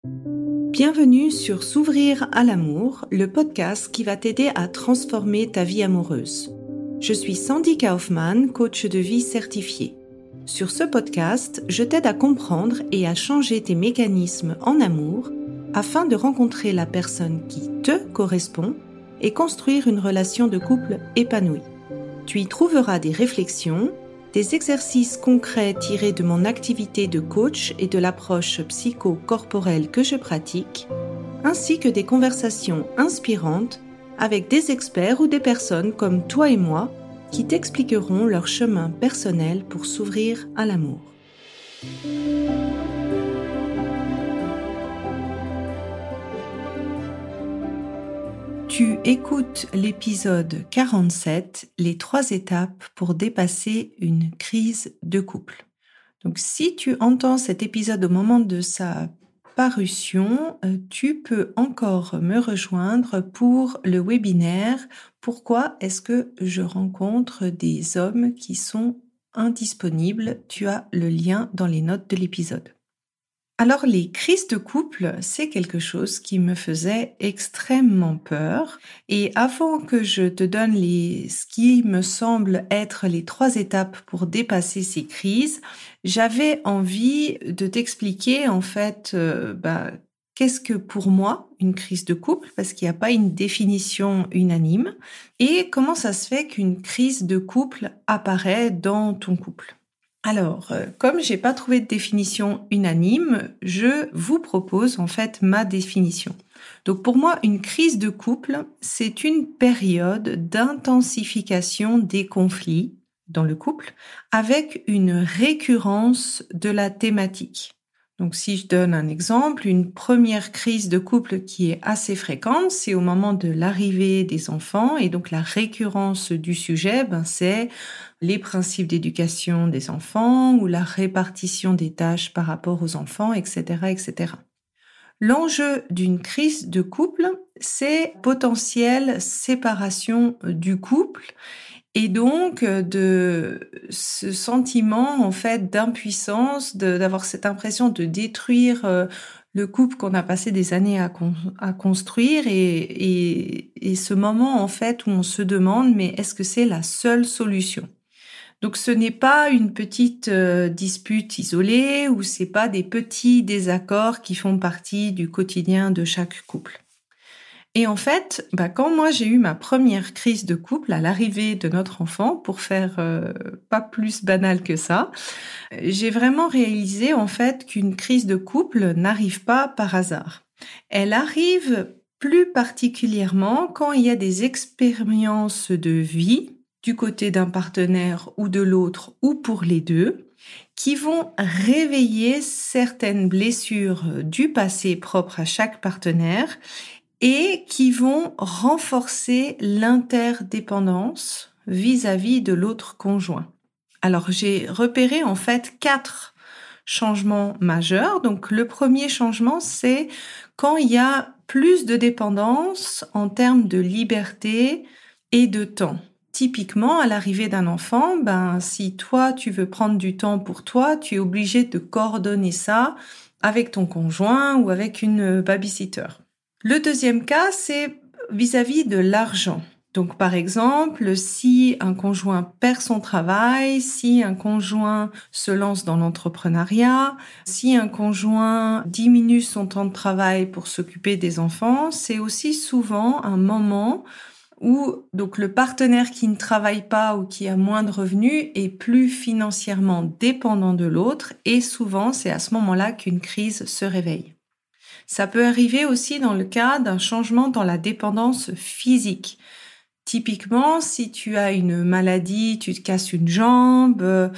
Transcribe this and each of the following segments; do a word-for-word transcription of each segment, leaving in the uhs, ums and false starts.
Bienvenue sur S'ouvrir à l'amour, le podcast qui va t'aider à transformer ta vie amoureuse. Je suis Sandy Kaufmann, coach de vie certifiée. Sur ce podcast, je t'aide à comprendre et à changer tes mécanismes en amour afin de rencontrer la personne qui te correspond et construire une relation de couple épanouie. Tu y trouveras des réflexions, des exercices concrets tirés de mon activité de coach et de l'approche psycho-corporelle que je pratique, ainsi que des conversations inspirantes avec des experts ou des personnes comme toi et moi qui t'expliqueront leur chemin personnel pour s'ouvrir à l'amour. Tu écoutes l'épisode quarante-sept, les trois étapes pour dépasser une crise de couple. Donc, si tu entends cet épisode au moment de sa parution, tu peux encore me rejoindre pour le webinaire « Pourquoi est-ce que je rencontre des hommes qui sont indisponibles ?» Tu as le lien dans les notes de l'épisode. Alors, les crises de couple, c'est quelque chose qui me faisait extrêmement peur. Et avant que je te donne les, ce qui me semble être les trois étapes pour dépasser ces crises, j'avais envie de t'expliquer en fait, euh, bah, qu'est-ce que pour moi une crise de couple, parce qu'il n'y a pas une définition unanime, et comment ça se fait qu'une crise de couple apparaît dans ton couple. Alors, comme j'ai pas trouvé de définition unanime, je vous propose en fait ma définition. Donc pour moi, une crise de couple, c'est une période d'intensification des conflits dans le couple avec une récurrence de la thématique. Donc si je donne un exemple, une première crise de couple qui est assez fréquente, c'est au moment de l'arrivée des enfants et donc la récurrence du sujet, ben c'est les principes d'éducation des enfants ou la répartition des tâches par rapport aux enfants, et cetera, et cetera. L'enjeu d'une crise de couple, c'est potentielle séparation du couple et donc de ce sentiment en fait d'impuissance, de, d'avoir cette impression de détruire euh, le couple qu'on a passé des années à, con, à construire et, et, et ce moment en fait où on se demande mais est-ce que c'est la seule solution ? Donc ce n'est pas une petite euh, dispute isolée ou c'est pas des petits désaccords qui font partie du quotidien de chaque couple. Et en fait, bah, quand moi j'ai eu ma première crise de couple à l'arrivée de notre enfant, pour faire euh, pas plus banal que ça, j'ai vraiment réalisé en fait qu'une crise de couple n'arrive pas par hasard. Elle arrive plus particulièrement quand il y a des expériences de vie du côté d'un partenaire ou de l'autre ou pour les deux, qui vont réveiller certaines blessures du passé propres à chaque partenaire et qui vont renforcer l'interdépendance vis-à-vis de l'autre conjoint. Alors, j'ai repéré en fait quatre changements majeurs. Donc, le premier changement, c'est quand il y a plus de dépendance en termes de liberté et de temps. Typiquement, à l'arrivée d'un enfant, ben, si toi, tu veux prendre du temps pour toi, tu es obligé de coordonner ça avec ton conjoint ou avec une babysitter. Le deuxième cas, c'est vis-à-vis de l'argent. Donc, par exemple, si un conjoint perd son travail, si un conjoint se lance dans l'entrepreneuriat, si un conjoint diminue son temps de travail pour s'occuper des enfants, c'est aussi souvent un moment où donc le partenaire qui ne travaille pas ou qui a moins de revenus est plus financièrement dépendant de l'autre et souvent c'est à ce moment-là qu'une crise se réveille. Ça peut arriver aussi dans le cas d'un changement dans la dépendance physique. Typiquement, si tu as une maladie, tu te casses une jambe euh,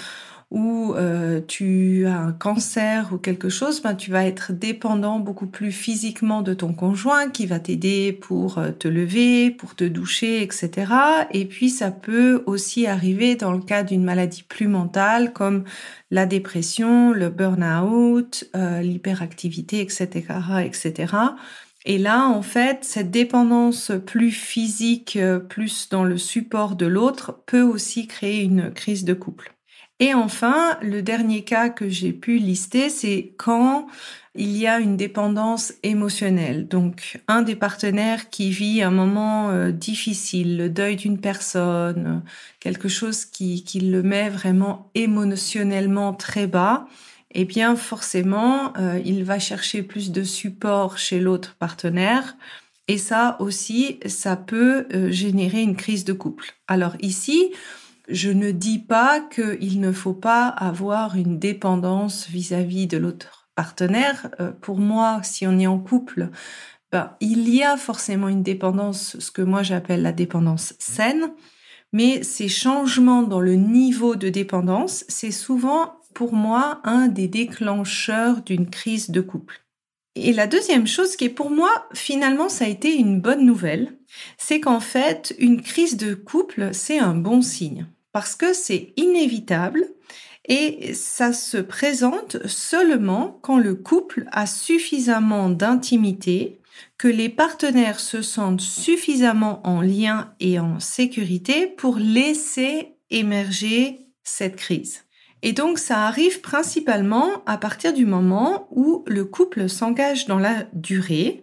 ou euh, tu as un cancer ou quelque chose, ben, tu vas être dépendant beaucoup plus physiquement de ton conjoint qui va t'aider pour te lever, pour te doucher, et cetera. Et puis, ça peut aussi arriver dans le cas d'une maladie plus mentale comme la dépression, le burn-out, euh, l'hyperactivité, et cetera, et cetera. Et là, en fait, cette dépendance plus physique, plus dans le support de l'autre, peut aussi créer une crise de couple. Et enfin, le dernier cas que j'ai pu lister, c'est quand il y a une dépendance émotionnelle. Donc, un des partenaires qui vit un moment euh, difficile, le deuil d'une personne, quelque chose qui, qui le met vraiment émotionnellement très bas, eh bien, forcément, euh, il va chercher plus de support chez l'autre partenaire. Et ça aussi, ça peut euh, générer une crise de couple. Alors ici, je ne dis pas qu'il ne faut pas avoir une dépendance vis-à-vis de l'autre partenaire. Euh, pour moi, si on est en couple, ben, il y a forcément une dépendance, ce que moi j'appelle la dépendance saine, mais ces changements dans le niveau de dépendance, c'est souvent pour moi un des déclencheurs d'une crise de couple. Et la deuxième chose qui est pour moi, finalement, ça a été une bonne nouvelle, c'est qu'en fait, une crise de couple, c'est un bon signe parce que c'est inévitable et ça se présente seulement quand le couple a suffisamment d'intimité, que les partenaires se sentent suffisamment en lien et en sécurité pour laisser émerger cette crise. Et donc, ça arrive principalement à partir du moment où le couple s'engage dans la durée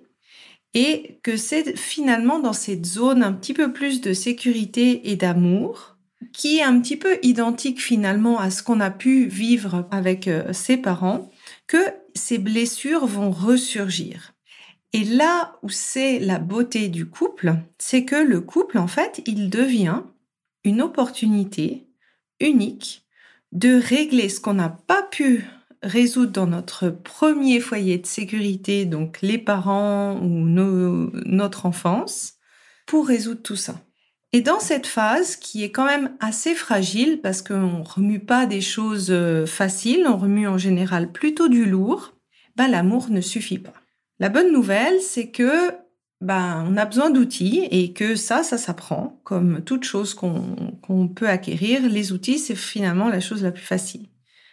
et que c'est finalement dans cette zone un petit peu plus de sécurité et d'amour qui est un petit peu identique finalement à ce qu'on a pu vivre avec euh, ses parents, que ces blessures vont ressurgir. Et là où c'est la beauté du couple, c'est que le couple, en fait, il devient une opportunité unique de régler ce qu'on n'a pas pu résoudre dans notre premier foyer de sécurité, donc les parents ou nos, notre enfance, pour résoudre tout ça. Et dans cette phase, qui est quand même assez fragile, parce qu'on remue pas des choses faciles, on remue en général plutôt du lourd, ben l'amour ne suffit pas. La bonne nouvelle, c'est que ben, on a besoin d'outils et que ça, ça s'apprend. Comme toute chose qu'on, qu'on peut acquérir, les outils, c'est finalement la chose la plus facile.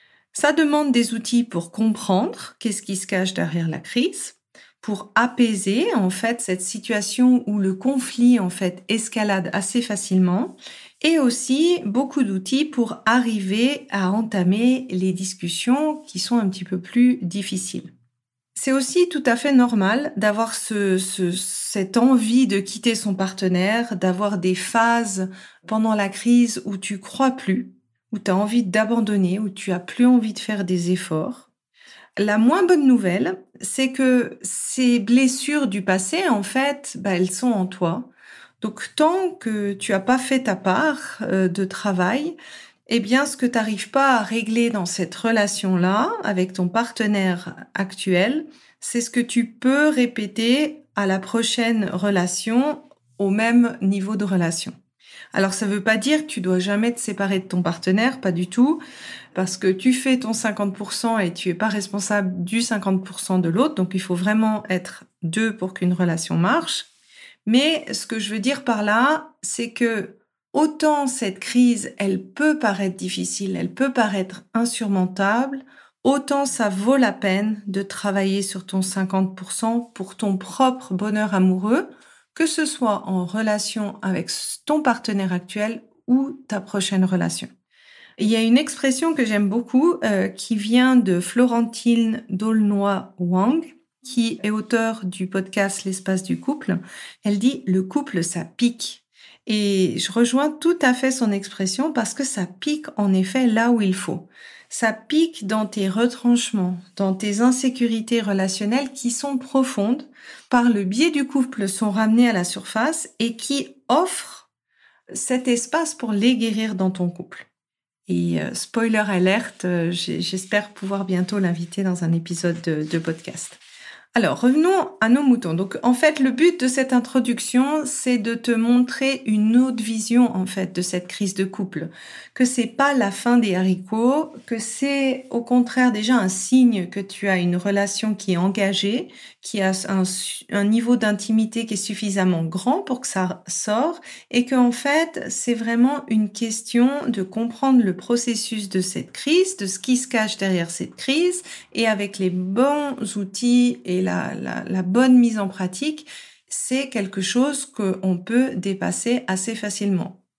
Ça demande des outils pour comprendre qu'est-ce qui se cache derrière la crise, pour apaiser en fait cette situation où le conflit en fait escalade assez facilement, et aussi beaucoup d'outils pour arriver à entamer les discussions qui sont un petit peu plus difficiles. C'est aussi tout à fait normal d'avoir ce, ce, cette envie de quitter son partenaire, d'avoir des phases pendant la crise où tu crois plus, où tu as envie d'abandonner, où tu as plus envie de faire des efforts. La moins bonne nouvelle, c'est que ces blessures du passé, en fait, bah, elles sont en toi. Donc, tant que tu as pas fait ta part euh, de travail, eh bien, ce que tu n'arrives pas à régler dans cette relation-là, avec ton partenaire actuel, c'est ce que tu peux répéter à la prochaine relation au même niveau de relation. Alors, ça ne veut pas dire que tu dois jamais te séparer de ton partenaire, pas du tout, parce que tu fais ton cinquante pour cent et tu es pas responsable du cinquante pour cent de l'autre, donc il faut vraiment être deux pour qu'une relation marche. Mais ce que je veux dire par là, c'est que autant cette crise, elle peut paraître difficile, elle peut paraître insurmontable, autant ça vaut la peine de travailler sur ton cinquante pour cent pour ton propre bonheur amoureux, que ce soit en relation avec ton partenaire actuel ou ta prochaine relation. Il y a une expression que j'aime beaucoup euh, qui vient de Florentine D'aulnoy-Wang, qui est auteure du podcast L'espace du couple. Elle dit « le couple, ça pique ». Et je rejoins tout à fait son expression parce que ça pique en effet là où il faut. Ça pique dans tes retranchements, dans tes insécurités relationnelles qui sont profondes, par le biais du couple sont ramenées à la surface et qui offrent cet espace pour les guérir dans ton couple. Et euh, spoiler alerte, euh, j'espère pouvoir bientôt l'inviter dans un épisode de, de podcast. Alors, revenons à nos moutons. Donc, en fait, le but de cette introduction, c'est de te montrer une autre vision, en fait, de cette crise de couple. Que c'est pas la fin des haricots, que c'est, au contraire, déjà un signe que tu as une relation qui est engagée, qui a un, un niveau d'intimité qui est suffisamment grand pour que ça sorte, et que, en fait, c'est vraiment une question de comprendre le processus de cette crise, de ce qui se cache derrière cette crise, et avec les bons outils et La, la, la bonne mise en pratique, c'est quelque chose qu'on peut dépasser assez facilement.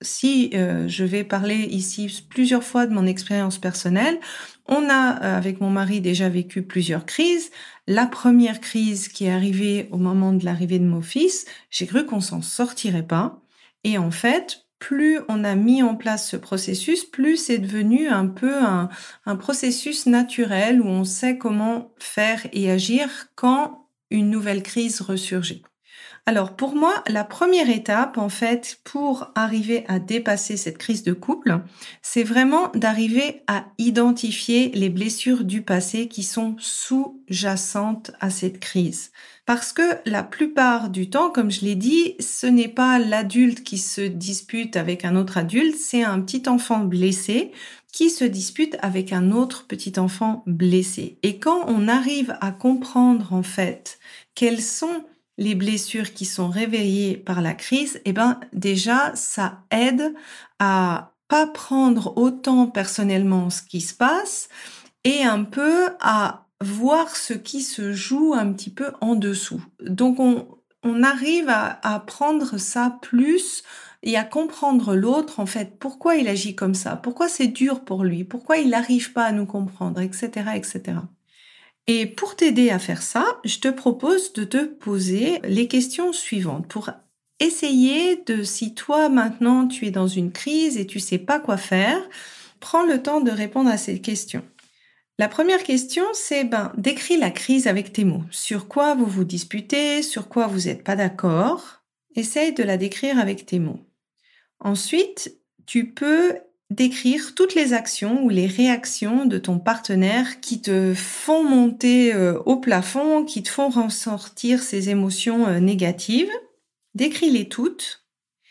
si euh, je vais parler ici plusieurs fois de mon expérience personnelle, on a, euh, avec mon mari, déjà vécu plusieurs crises. La première crise qui est arrivée au moment de l'arrivée de mon fils, j'ai cru qu'on s'en sortirait pas. Et en fait, plus on a mis en place ce processus, plus c'est devenu un peu un, un processus naturel où on sait comment faire et agir quand une nouvelle crise ressurgit. Alors pour moi, la première étape, en fait, pour arriver à dépasser cette crise de couple, c'est vraiment d'arriver à identifier les blessures du passé qui sont sous-jacentes à cette crise. Parce que la plupart du temps, comme je l'ai dit, ce n'est pas l'adulte qui se dispute avec un autre adulte, c'est un petit enfant blessé qui se dispute avec un autre petit enfant blessé. Et quand on arrive à comprendre, en fait, quelles sont les blessures qui sont réveillées par la crise, eh ben, déjà, ça aide à pas prendre autant personnellement ce qui se passe et un peu à voir ce qui se joue un petit peu en dessous. Donc, on, on arrive à, à prendre ça plus et à comprendre l'autre, en fait, pourquoi il agit comme ça, pourquoi c'est dur pour lui, pourquoi il n'arrive pas à nous comprendre, et cetera, et cetera. Et pour t'aider à faire ça, je te propose de te poser les questions suivantes pour essayer de, si toi maintenant tu es dans une crise et tu sais pas quoi faire, prends le temps de répondre à ces questions. La première question, c'est ben, décris la crise avec tes mots. Sur quoi vous vous disputez, sur quoi vous n'êtes pas d'accord. Essaye de la décrire avec tes mots. Ensuite, tu peux décrire toutes les actions ou les réactions de ton partenaire qui te font monter euh, au plafond, qui te font ressortir ces émotions euh, négatives. Décris-les toutes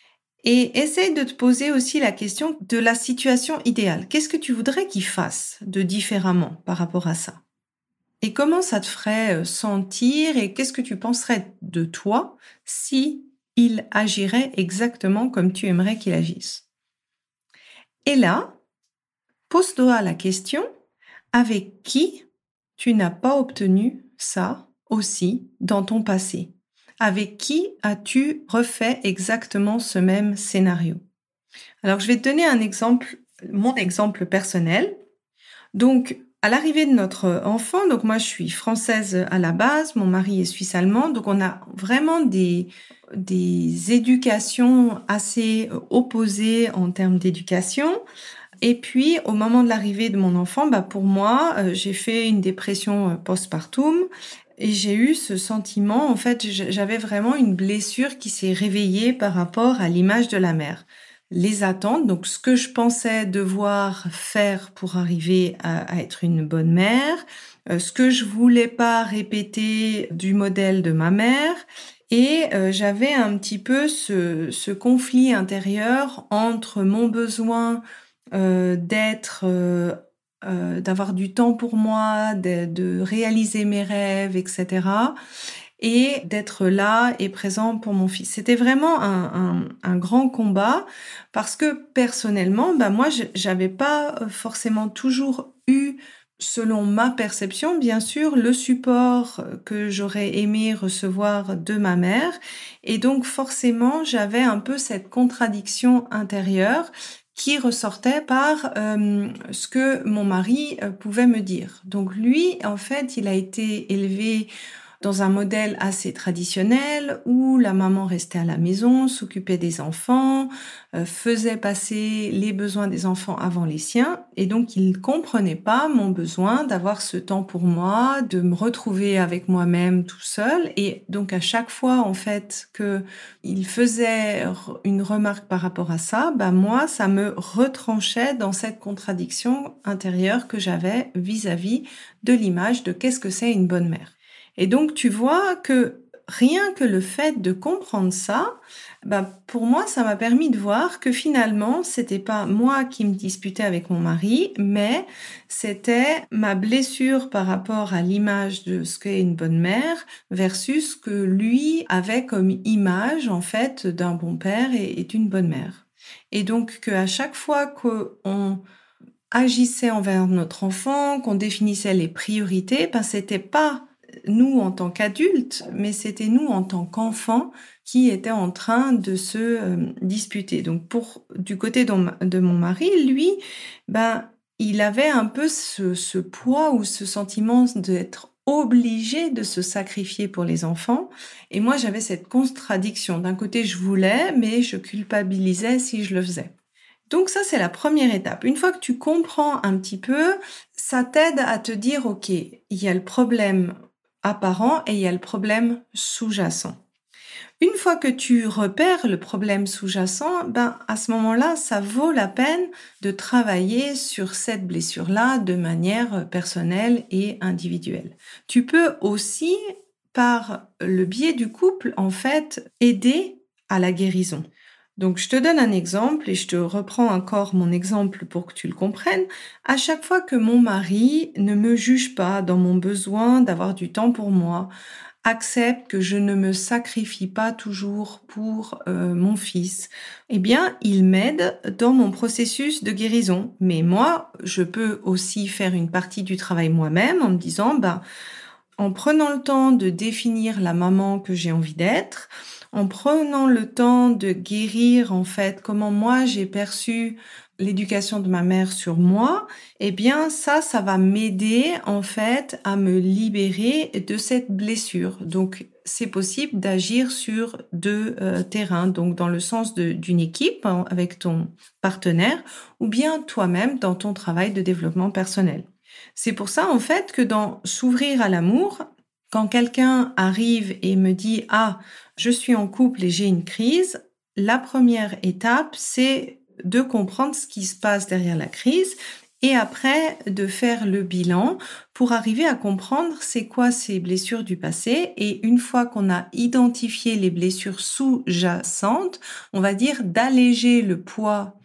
et essaye de te poser aussi la question de la situation idéale. Qu'est-ce que tu voudrais qu'il fasse de différemment par rapport à ça? Et comment ça te ferait sentir et qu'est-ce que tu penserais de toi si il agirait exactement comme tu aimerais qu'il agisse? Et là, pose-toi la question, avec qui tu n'as pas obtenu ça aussi dans ton passé? Avec qui as-tu refait exactement ce même scénario? Alors, je vais te donner un exemple, mon exemple personnel. Donc, à l'arrivée de notre enfant, donc moi je suis française à la base, mon mari est suisse-allemand, donc on a vraiment des, des éducations assez opposées en termes d'éducation. Et puis, au moment de l'arrivée de mon enfant, bah pour moi, euh, j'ai fait une dépression postpartum et j'ai eu ce sentiment, en fait, j'avais vraiment une blessure qui s'est réveillée par rapport à l'image de la mère. Les attentes, donc ce que je pensais devoir faire pour arriver à, à être une bonne mère, euh, ce que je voulais pas répéter du modèle de ma mère, et euh, j'avais un petit peu ce, ce conflit intérieur entre mon besoin euh, d'être, euh, euh, d'avoir du temps pour moi, de, de réaliser mes rêves, et cetera, et d'être là et présent pour mon fils. C'était vraiment un, un, un grand combat parce que personnellement, bah moi, je, j'avais pas forcément toujours eu, selon ma perception, bien sûr, le support que j'aurais aimé recevoir de ma mère. Et donc, forcément, j'avais un peu cette contradiction intérieure qui ressortait par euh, ce que mon mari euh, pouvait me dire. Donc, lui, en fait, il a été élevé dans un modèle assez traditionnel où la maman restait à la maison, s'occupait des enfants, euh, faisait passer les besoins des enfants avant les siens. Et donc, il ne comprenait pas mon besoin d'avoir ce temps pour moi, de me retrouver avec moi-même tout seul. Et donc, à chaque fois, en fait, que il faisait une remarque par rapport à ça, bah, moi, ça me retranchait dans cette contradiction intérieure que j'avais vis-à-vis de l'image de qu'est-ce que c'est une bonne mère. Et donc, tu vois que rien que le fait de comprendre ça, bah, pour moi, ça m'a permis de voir que finalement, c'était pas moi qui me disputais avec mon mari, mais c'était ma blessure par rapport à l'image de ce qu'est une bonne mère versus ce que lui avait comme image, en fait, d'un bon père et, et d'une bonne mère. Et donc, qu'à chaque fois qu'on agissait envers notre enfant, qu'on définissait les priorités, ben, c'était pas nous en tant qu'adultes, mais c'était nous en tant qu'enfants qui étaient en train de se euh, disputer. Donc, pour du côté de, de mon mari, lui, ben, il avait un peu ce, ce poids ou ce sentiment d'être obligé de se sacrifier pour les enfants. Et moi, j'avais cette contradiction. D'un côté, je voulais, mais je culpabilisais si je le faisais. Donc ça, c'est la première étape. Une fois que tu comprends un petit peu, ça t'aide à te dire, OK, il y a le problème apparent et il y a le problème sous-jacent. Une fois que tu repères le problème sous-jacent, ben, à ce moment-là, ça vaut la peine de travailler sur cette blessure-là de manière personnelle et individuelle. Tu peux aussi, par le biais du couple, en fait, aider à la guérison. Donc, je te donne un exemple et je te reprends encore mon exemple pour que tu le comprennes. À chaque fois que mon mari ne me juge pas dans mon besoin d'avoir du temps pour moi, accepte que je ne me sacrifie pas toujours pour euh, mon fils, eh bien, il m'aide dans mon processus de guérison. Mais moi, je peux aussi faire une partie du travail moi-même en me disant, bah, en prenant le temps de définir la maman que j'ai envie d'être, en prenant le temps de guérir, en fait, comment moi j'ai perçu l'éducation de ma mère sur moi, eh bien, ça, ça va m'aider, en fait, à me libérer de cette blessure. Donc, c'est possible d'agir sur deux euh, terrains, donc dans le sens de, d'une équipe hein, avec ton partenaire, ou bien toi-même dans ton travail de développement personnel. C'est pour ça, en fait, que dans S'ouvrir à l'amour, quand quelqu'un arrive et me dit « Ah, je suis en couple et j'ai une crise », la première étape, c'est de comprendre ce qui se passe derrière la crise et après de faire le bilan pour arriver à comprendre c'est quoi ces blessures du passé. Et une fois qu'on a identifié les blessures sous-jacentes, on va dire d'alléger le poids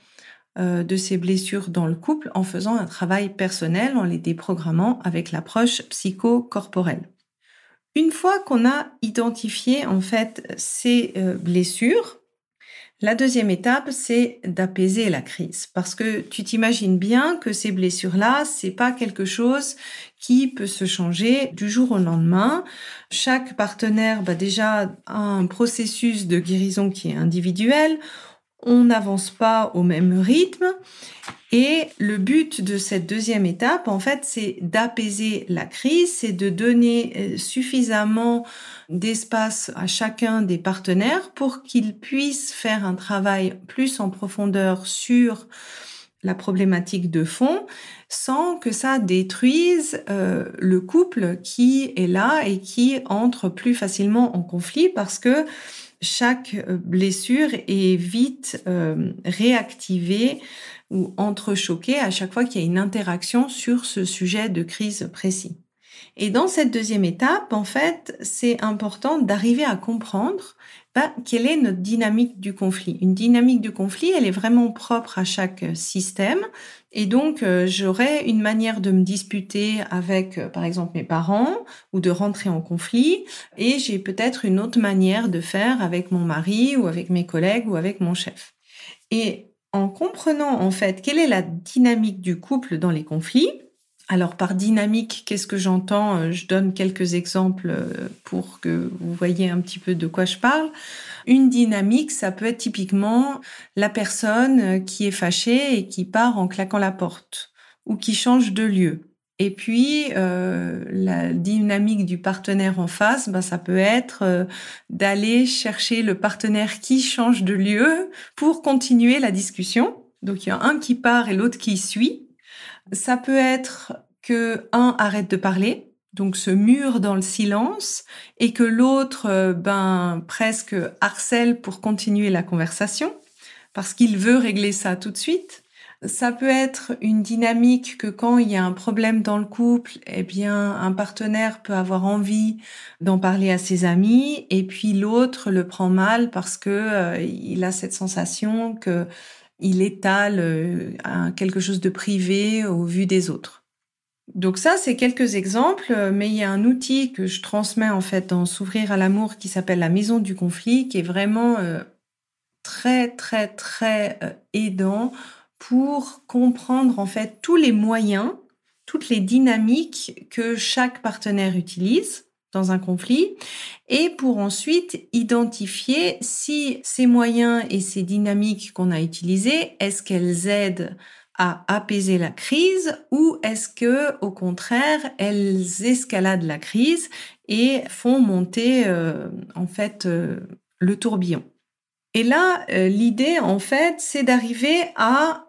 de ces blessures dans le couple en faisant un travail personnel, en les déprogrammant avec l'approche psychocorporelle. Une fois qu'on a identifié en fait ces euh, blessures, la deuxième étape, c'est d'apaiser la crise. Parce que tu t'imagines bien que ces blessures-là, c'est pas quelque chose qui peut se changer du jour au lendemain. Chaque partenaire, bah déjà, a un processus de guérison qui est individuel. On n'avance pas au même rythme. Et le but de cette deuxième étape, en fait, c'est d'apaiser la crise, c'est de donner suffisamment d'espace à chacun des partenaires pour qu'ils puissent faire un travail plus en profondeur sur la problématique de fond, sans que ça détruise euh, le couple qui est là et qui entre plus facilement en conflit parce que chaque blessure est vite euh, réactivée ou entrechoquée à chaque fois qu'il y a une interaction sur ce sujet de crise précis. Et dans cette deuxième étape, en fait, c'est important d'arriver à comprendre ben, quelle est notre dynamique du conflit. Une dynamique du conflit, elle est vraiment propre à chaque système. Et donc, euh, j'aurai une manière de me disputer avec, euh, par exemple, mes parents ou de rentrer en conflit. Et j'ai peut-être une autre manière de faire avec mon mari ou avec mes collègues ou avec mon chef. Et en comprenant, en fait, quelle est la dynamique du couple dans les conflits, alors, par dynamique, qu'est-ce que j'entends ? Je donne quelques exemples pour que vous voyez un petit peu de quoi je parle. Une dynamique, ça peut être typiquement la personne qui est fâchée et qui part en claquant la porte ou qui change de lieu. Et puis, euh, la dynamique du partenaire en face, ben, ça peut être euh, d'aller chercher le partenaire qui change de lieu pour continuer la discussion. Donc, il y a un qui part et l'autre qui suit. Ça peut être que un arrête de parler, donc se mure dans le silence, et que l'autre, ben, presque harcèle pour continuer la conversation, parce qu'il veut régler ça tout de suite. Ça peut être une dynamique que quand il y a un problème dans le couple, eh bien, un partenaire peut avoir envie d'en parler à ses amis, et puis l'autre le prend mal parce que euh, il a cette sensation que il étale euh, quelque chose de privé au vu des autres. Donc ça, c'est quelques exemples, mais il y a un outil que je transmets en fait dans S'ouvrir à l'amour qui s'appelle la maison du conflit, qui est vraiment euh, très très très euh, aidant pour comprendre en fait tous les moyens, toutes les dynamiques que chaque partenaire utilise. dans un conflit et pour ensuite identifier si ces moyens et ces dynamiques qu'on a utilisées, est-ce qu'elles aident à apaiser la crise ou est-ce que, au contraire, elles escaladent la crise et font monter euh, en fait euh, le tourbillon. Et là, euh, l'idée en fait, c'est d'arriver à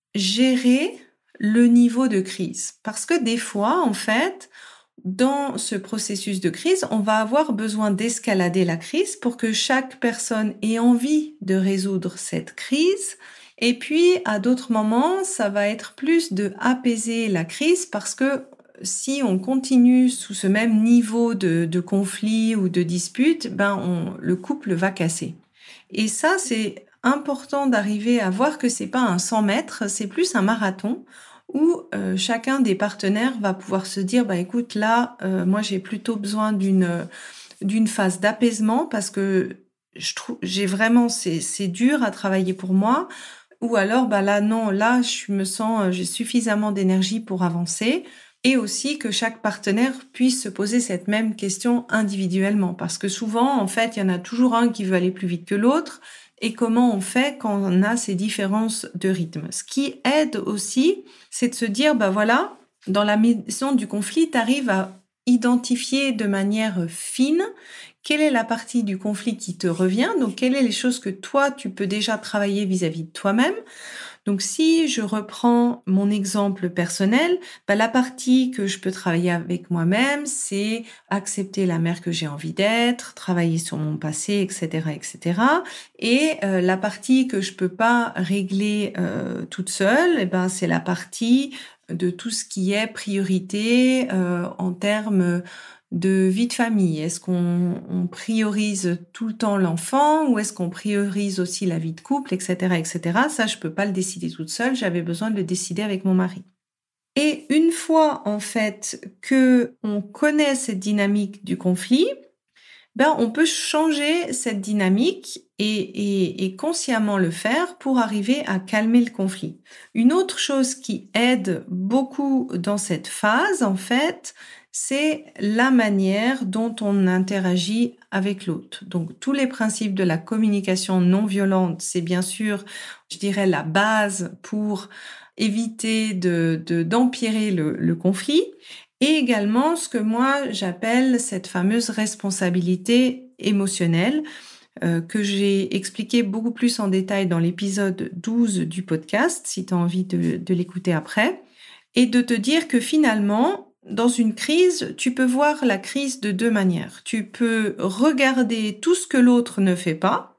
gérer le niveau de crise, parce que des fois, en fait, dans ce processus de crise, on va avoir besoin d'escalader la crise pour que chaque personne ait envie de résoudre cette crise. Et puis, à d'autres moments, ça va être plus de apaiser la crise parce que si on continue sous ce même niveau de, de conflit ou de dispute, ben on, le couple va casser. Et ça, c'est important d'arriver à voir que c'est pas un cent mètres, c'est plus un marathon où euh, chacun des partenaires va pouvoir se dire, bah écoute, là, euh, moi j'ai plutôt besoin d'une d'une phase d'apaisement parce que je trouve, j'ai vraiment, c'est c'est dur à travailler pour moi. Ou alors, bah là, non, là, je me sens, j'ai suffisamment d'énergie pour avancer. Et aussi que chaque partenaire puisse se poser cette même question individuellement. Parce que souvent, en fait, il y en a toujours un qui veut aller plus vite que l'autre. Et comment on fait quand on a ces différences de rythme? Ce qui aide aussi, c'est de se dire, bah voilà, dans la mission du conflit, tu arrives à identifier de manière fine quelle est la partie du conflit qui te revient, donc quelles sont les choses que toi, tu peux déjà travailler vis-à-vis de toi-même. Donc, si je reprends mon exemple personnel, bah, la partie que je peux travailler avec moi-même, c'est accepter la mère que j'ai envie d'être, travailler sur mon passé, et cetera, et cetera. Et euh, la partie que je peux pas régler euh, toute seule, eh ben, c'est la partie de tout ce qui est priorité euh, en termes de vie de famille. Est-ce qu'on on priorise tout le temps l'enfant ou est-ce qu'on priorise aussi la vie de couple, et cetera, et cetera. Ça, je peux pas le décider toute seule. J'avais besoin de le décider avec mon mari. Et une fois, en fait, que on connaît cette dynamique du conflit, ben, on peut changer cette dynamique et, et, et consciemment le faire pour arriver à calmer le conflit. Une autre chose qui aide beaucoup dans cette phase, en fait, c'est la manière dont on interagit avec l'autre. Donc, tous les principes de la communication non violente, c'est bien sûr, je dirais, la base pour éviter de, de, d'empirer le, le conflit. Et également, ce que moi, j'appelle cette fameuse responsabilité émotionnelle euh, que j'ai expliqué beaucoup plus en détail dans l'épisode douze du podcast, si tu as envie de, de l'écouter après, et de te dire que finalement, dans une crise, tu peux voir la crise de deux manières. Tu peux regarder tout ce que l'autre ne fait pas.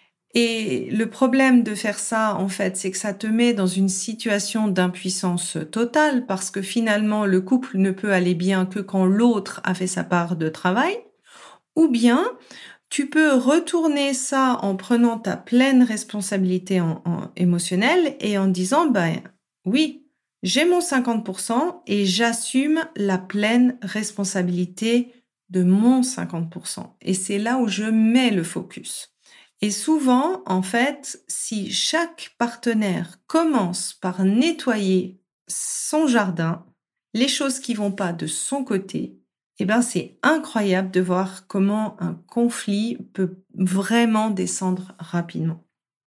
Et le problème de faire ça, en fait, c'est que ça te met dans une situation d'impuissance totale parce que finalement, le couple ne peut aller bien que quand l'autre a fait sa part de travail. Ou bien, tu peux retourner ça en prenant ta pleine responsabilité en, en émotionnelle et en disant, ben oui, j'ai mon cinquante pour cent et j'assume la pleine responsabilité de mon cinquante pour cent. Et c'est là où je mets le focus. Et souvent, en fait, si chaque partenaire commence par nettoyer son jardin, les choses qui vont pas de son côté, eh ben, c'est incroyable de voir comment un conflit peut vraiment descendre rapidement.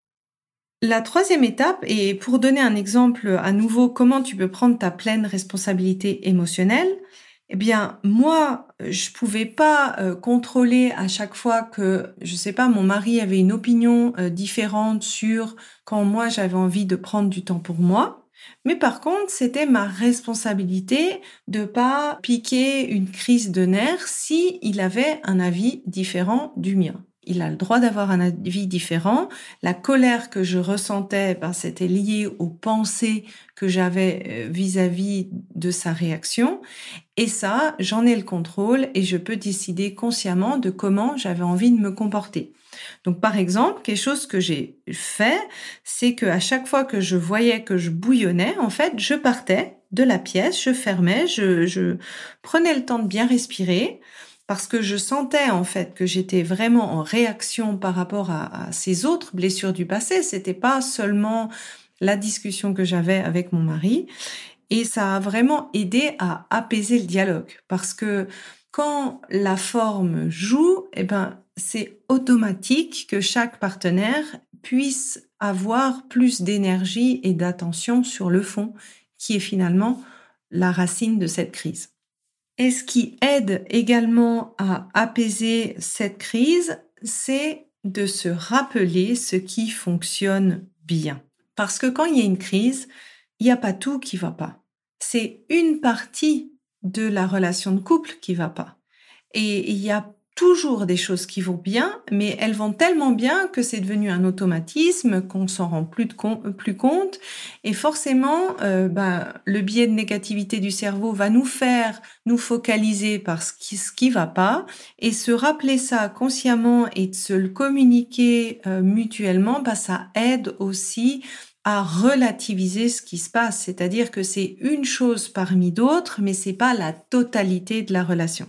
La troisième étape, et pour donner un exemple à nouveau, comment tu peux prendre ta pleine responsabilité émotionnelle, eh bien, moi, je pouvais pas euh, contrôler à chaque fois que, je sais pas, mon mari avait une opinion euh, différente sur quand moi j'avais envie de prendre du temps pour moi. Mais par contre, c'était ma responsabilité de pas piquer une crise de nerfs si il avait un avis différent du mien. Il a le droit d'avoir un avis différent. La colère que je ressentais, ben, c'était lié aux pensées que j'avais vis-à-vis de sa réaction. Et ça, j'en ai le contrôle et je peux décider consciemment de comment j'avais envie de me comporter. Donc, par exemple, quelque chose que j'ai fait, c'est qu'à chaque fois que je voyais que je bouillonnais, en fait, je partais de la pièce, je fermais, je, je prenais le temps de bien respirer, parce que je sentais en fait que j'étais vraiment en réaction par rapport à, à ces autres blessures du passé. C'était pas seulement la discussion que j'avais avec mon mari. Et ça a vraiment aidé à apaiser le dialogue. Parce que Quand la forme joue, eh ben, c'est automatique que chaque partenaire puisse avoir plus d'énergie et d'attention sur le fond, qui est finalement la racine de cette crise. Et ce qui aide également à apaiser cette crise, c'est de se rappeler ce qui fonctionne bien. Parce que quand il y a une crise, il n'y a pas tout qui va pas. C'est une partie de la relation de couple qui va pas. Et il y a toujours des choses qui vont bien, mais elles vont tellement bien que c'est devenu un automatisme, qu'on s'en rend plus, de com- plus compte. Et forcément, euh, ben, le biais de négativité du cerveau va nous faire nous focaliser par ce qui, ce qui va pas, et se rappeler ça consciemment et de se le communiquer euh, mutuellement, ben, ça aide aussi à relativiser ce qui se passe. C'est-à-dire que c'est une chose parmi d'autres, mais c'est pas la totalité de la relation.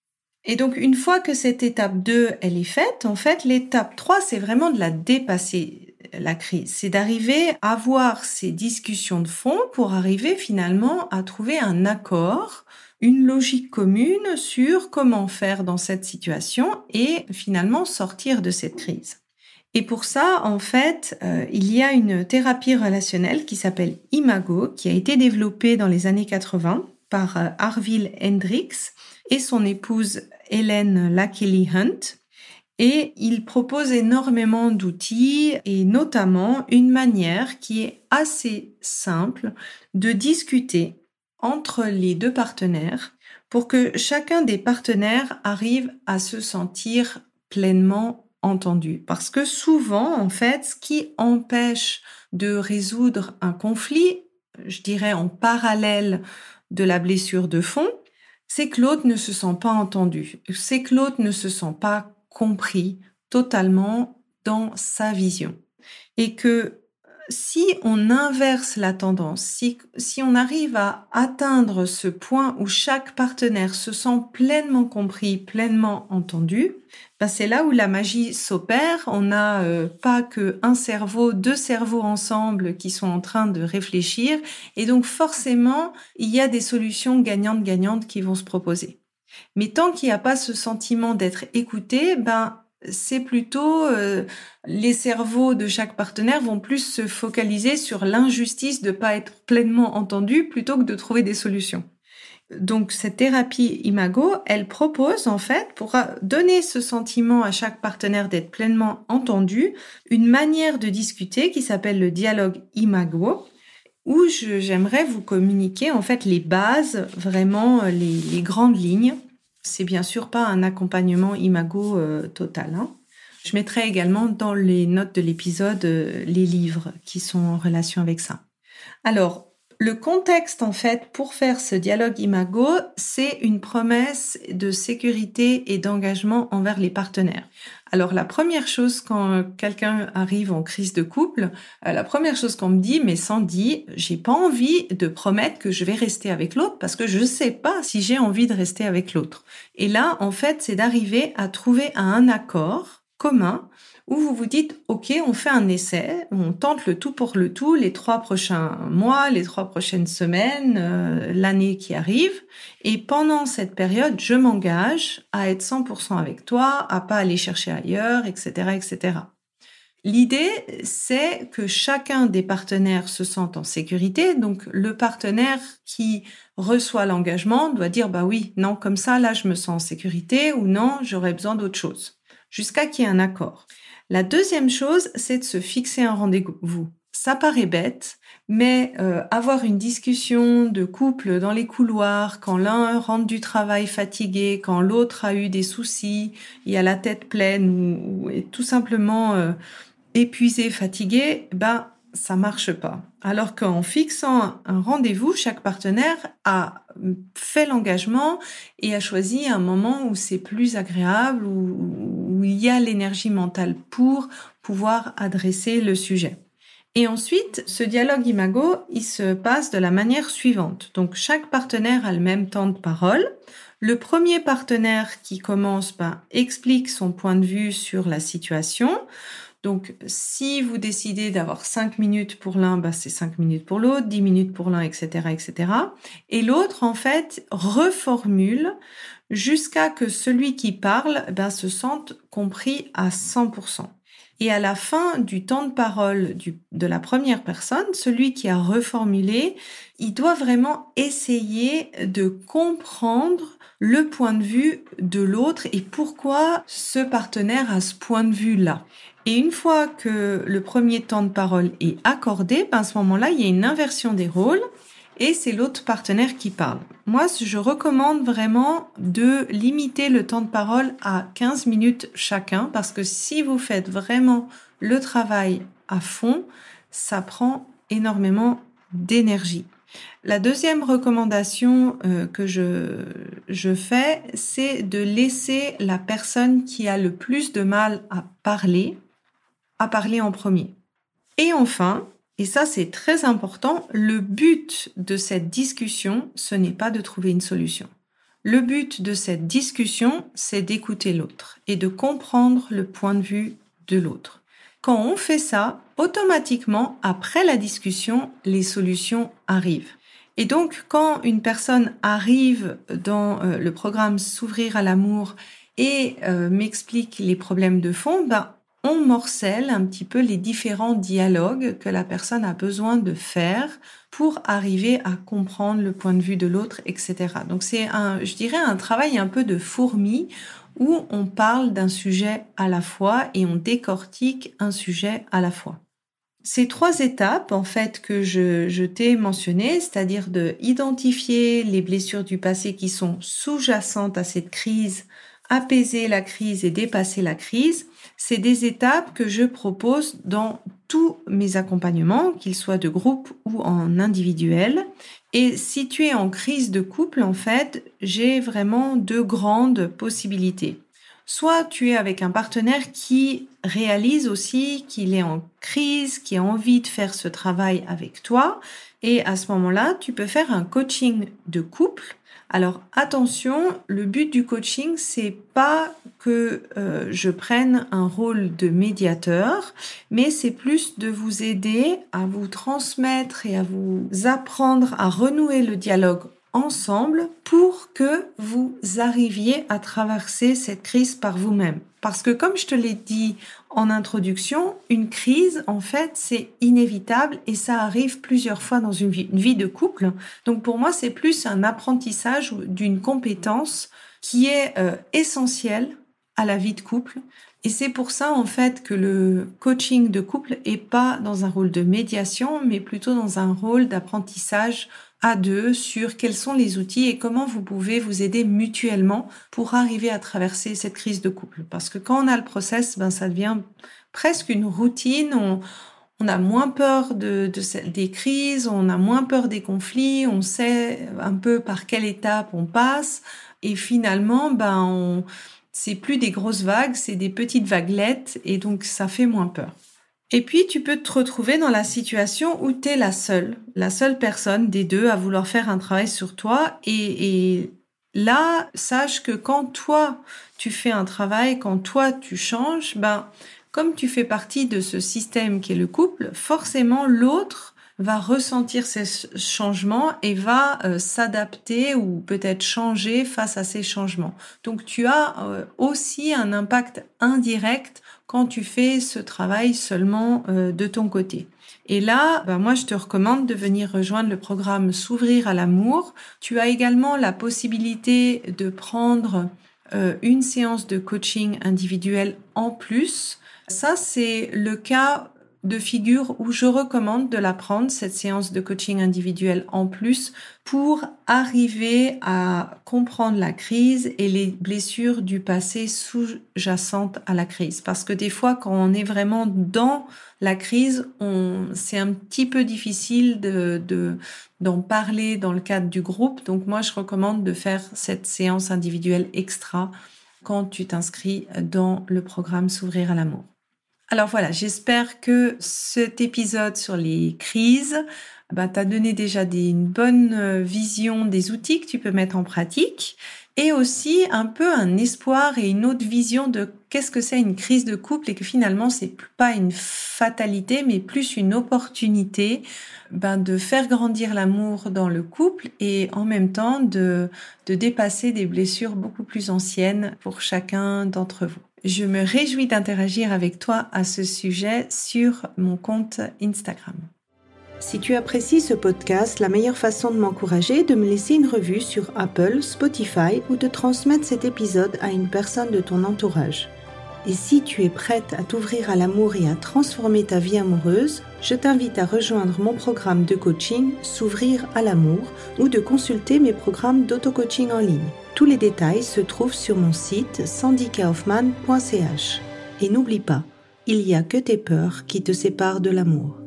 Et donc, une fois que cette étape deux, elle est faite, en fait, l'étape trois, c'est vraiment de la dépasser, la crise. C'est d'arriver à avoir ces discussions de fond pour arriver finalement à trouver un accord, une logique commune sur comment faire dans cette situation et finalement sortir de cette crise. Et pour ça, en fait, euh, il y a une thérapie relationnelle qui s'appelle Imago, qui a été développée dans les années quatre-vingts par euh, Harville Hendrix et son épouse Hélène Lakelly Hunt. Et il propose énormément d'outils et notamment une manière qui est assez simple de discuter entre les deux partenaires pour que chacun des partenaires arrive à se sentir pleinement entendu. Parce que souvent, en fait, ce qui empêche de résoudre un conflit, je dirais en parallèle de la blessure de fond, c'est que l'autre ne se sent pas entendu, c'est que l'autre ne se sent pas compris totalement dans sa vision. Et que si on inverse la tendance, si, si on arrive à atteindre ce point où chaque partenaire se sent pleinement compris, pleinement entendu, ben c'est là où la magie s'opère. On n'a euh, pas qu'un cerveau, deux cerveaux ensemble qui sont en train de réfléchir. Et donc forcément, il y a des solutions gagnantes-gagnantes qui vont se proposer. Mais tant qu'il n'y a pas ce sentiment d'être écouté, ben c'est plutôt euh, les cerveaux de chaque partenaire vont plus se focaliser sur l'injustice de ne pas être pleinement entendu plutôt que de trouver des solutions. Donc cette thérapie Imago, elle propose en fait, pour donner ce sentiment à chaque partenaire d'être pleinement entendu, une manière de discuter qui s'appelle le dialogue Imago, où je, j'aimerais vous communiquer en fait les bases, vraiment les, les grandes lignes. C'est bien sûr pas un accompagnement Imago euh, total. Hein. Je mettrai également dans les notes de l'épisode euh, les livres qui sont en relation avec ça. Alors, le contexte en fait pour faire ce dialogue Imago, c'est une promesse de sécurité et d'engagement envers les partenaires. Alors la première chose quand quelqu'un arrive en crise de couple, euh, la première chose qu'on me dit, mais Sandy, j'ai pas envie de promettre que je vais rester avec l'autre parce que je sais pas si j'ai envie de rester avec l'autre. Et là, en fait, c'est d'arriver à trouver un accord commun où vous vous dites, OK, on fait un essai, on tente le tout pour le tout, les trois prochains mois, les trois prochaines semaines, euh, l'année qui arrive. Et pendant cette période, je m'engage à être cent pour cent avec toi, à pas aller chercher ailleurs, et cetera, et cetera. L'idée, c'est que chacun des partenaires se sente en sécurité. Donc, le partenaire qui reçoit l'engagement doit dire, bah oui, non, comme ça, là, je me sens en sécurité, ou non, j'aurais besoin d'autre chose. Jusqu'à qu'il y ait un accord. La deuxième chose, c'est de se fixer un rendez-vous. Ça paraît bête, mais euh, avoir une discussion de couple dans les couloirs, quand l'un rentre du travail fatigué, quand l'autre a eu des soucis, il a la tête pleine ou, ou est tout simplement euh, épuisé, fatigué, ben ça marche pas. Alors qu'en fixant un rendez-vous, chaque partenaire a fait l'engagement et a choisi un moment où c'est plus agréable, où, où il y a l'énergie mentale pour pouvoir adresser le sujet. Et ensuite, ce dialogue Imago, il se passe de la manière suivante. Donc, chaque partenaire a le même temps de parole. Le premier partenaire qui commence, ben, explique son point de vue sur la situation. Donc, si vous décidez d'avoir cinq minutes pour l'un, bah, c'est cinq minutes pour l'autre, dix minutes pour l'un, et cetera, et cetera. Et l'autre, en fait, reformule jusqu'à que celui qui parle, bah, se sente compris à cent pour cent. Et à la fin du temps de parole du, de la première personne, celui qui a reformulé, il doit vraiment essayer de comprendre le point de vue de l'autre et pourquoi ce partenaire a ce point de vue-là. Et une fois que le premier temps de parole est accordé, ben à ce moment-là, il y a une inversion des rôles et c'est l'autre partenaire qui parle. Moi, je recommande vraiment de limiter le temps de parole à quinze minutes chacun parce que si vous faites vraiment le travail à fond, ça prend énormément d'énergie. La deuxième recommandation euh, que je, je fais, c'est de laisser la personne qui a le plus de mal à parler, à parler en premier. Et enfin, et ça c'est très important, le but de cette discussion, ce n'est pas de trouver une solution. Le but de cette discussion, c'est d'écouter l'autre et de comprendre le point de vue de l'autre. Quand on fait ça, automatiquement, après la discussion, les solutions arrivent. Et donc, quand une personne arrive dans euh, le programme S'ouvrir à l'amour et euh, m'explique les problèmes de fond, ben, on morcelle un petit peu les différents dialogues que la personne a besoin de faire pour arriver à comprendre le point de vue de l'autre, et cetera. Donc, c'est un, je dirais, un travail un peu de fourmi où on parle d'un sujet à la fois et on décortique un sujet à la fois. Ces trois étapes, en fait, que je, je t'ai mentionnées, c'est-à-dire de identifier les blessures du passé qui sont sous-jacentes à cette crise, apaiser la crise et dépasser la crise, c'est des étapes que je propose dans tous mes accompagnements, qu'ils soient de groupe ou en individuel. Et si tu es en crise de couple, en fait, j'ai vraiment deux grandes possibilités. Soit tu es avec un partenaire qui réalise aussi qu'il est en crise, qui a envie de faire ce travail avec toi. Et à ce moment-là, tu peux faire un coaching de couple. Alors attention, le but du coaching, c'est pas que euh, je prenne un rôle de médiateur, mais c'est plus de vous aider à vous transmettre et à vous apprendre à renouer le dialogue ensemble pour que vous arriviez à traverser cette crise par vous-même. Parce que comme je te l'ai dit en introduction, une crise, en fait, c'est inévitable et ça arrive plusieurs fois dans une vie, une vie de couple. Donc pour moi, c'est plus un apprentissage d'une compétence qui est euh, essentielle à la vie de couple. Et c'est pour ça, en fait, que le coaching de couple est pas dans un rôle de médiation, mais plutôt dans un rôle d'apprentissage à deux sur quels sont les outils et comment vous pouvez vous aider mutuellement pour arriver à traverser cette crise de couple. Parce que quand on a le process, ben ça devient presque une routine. On, on a moins peur de, de des crises, on a moins peur des conflits, on sait un peu par quelle étape on passe et finalement, ben on, c'est plus des grosses vagues, c'est des petites vaguelettes et donc ça fait moins peur. Et puis, tu peux te retrouver dans la situation où tu es la seule, la seule personne des deux à vouloir faire un travail sur toi. Et, et là, sache que quand toi, tu fais un travail, quand toi, tu changes, ben, comme tu fais partie de ce système qui est le couple, forcément, l'autre va ressentir ces changements et va euh, s'adapter ou peut-être changer face à ces changements. Donc, tu as euh, aussi un impact indirect quand tu fais ce travail seulement euh, de ton côté. Et là, ben moi, je te recommande de venir rejoindre le programme S'ouvrir à l'amour. Tu as également la possibilité de prendre euh, une séance de coaching individuel en plus. Ça, c'est le cas de figure où je recommande de la prendre, cette séance de coaching individuel en plus, pour arriver à comprendre la crise et les blessures du passé sous-jacentes à la crise. Parce que des fois, quand on est vraiment dans la crise, on, c'est un petit peu difficile de, de, d'en parler dans le cadre du groupe. Donc moi, je recommande de faire cette séance individuelle extra quand tu t'inscris dans le programme S'ouvrir à l'amour. Alors voilà, j'espère que cet épisode sur les crises bah, t'a donné déjà des, une bonne vision des outils que tu peux mettre en pratique. et aussi un peu un espoir et une autre vision de qu'est-ce que c'est une crise de couple et que finalement c'est pas une fatalité mais plus une opportunité ben, de faire grandir l'amour dans le couple et en même temps de, de dépasser des blessures beaucoup plus anciennes pour chacun d'entre vous. Je me réjouis d'interagir avec toi à ce sujet sur mon compte Instagram. Si tu apprécies ce podcast, la meilleure façon de m'encourager est de me laisser une revue sur Apple, Spotify ou de transmettre cet épisode à une personne de ton entourage. Et si tu es prête à t'ouvrir à l'amour et à transformer ta vie amoureuse, je t'invite à rejoindre mon programme de coaching « S'ouvrir à l'amour » ou de consulter mes programmes d'auto-coaching en ligne. Tous les détails se trouvent sur mon site sandy kaufman point c h. Et n'oublie pas, il n'y a que tes peurs qui te séparent de l'amour.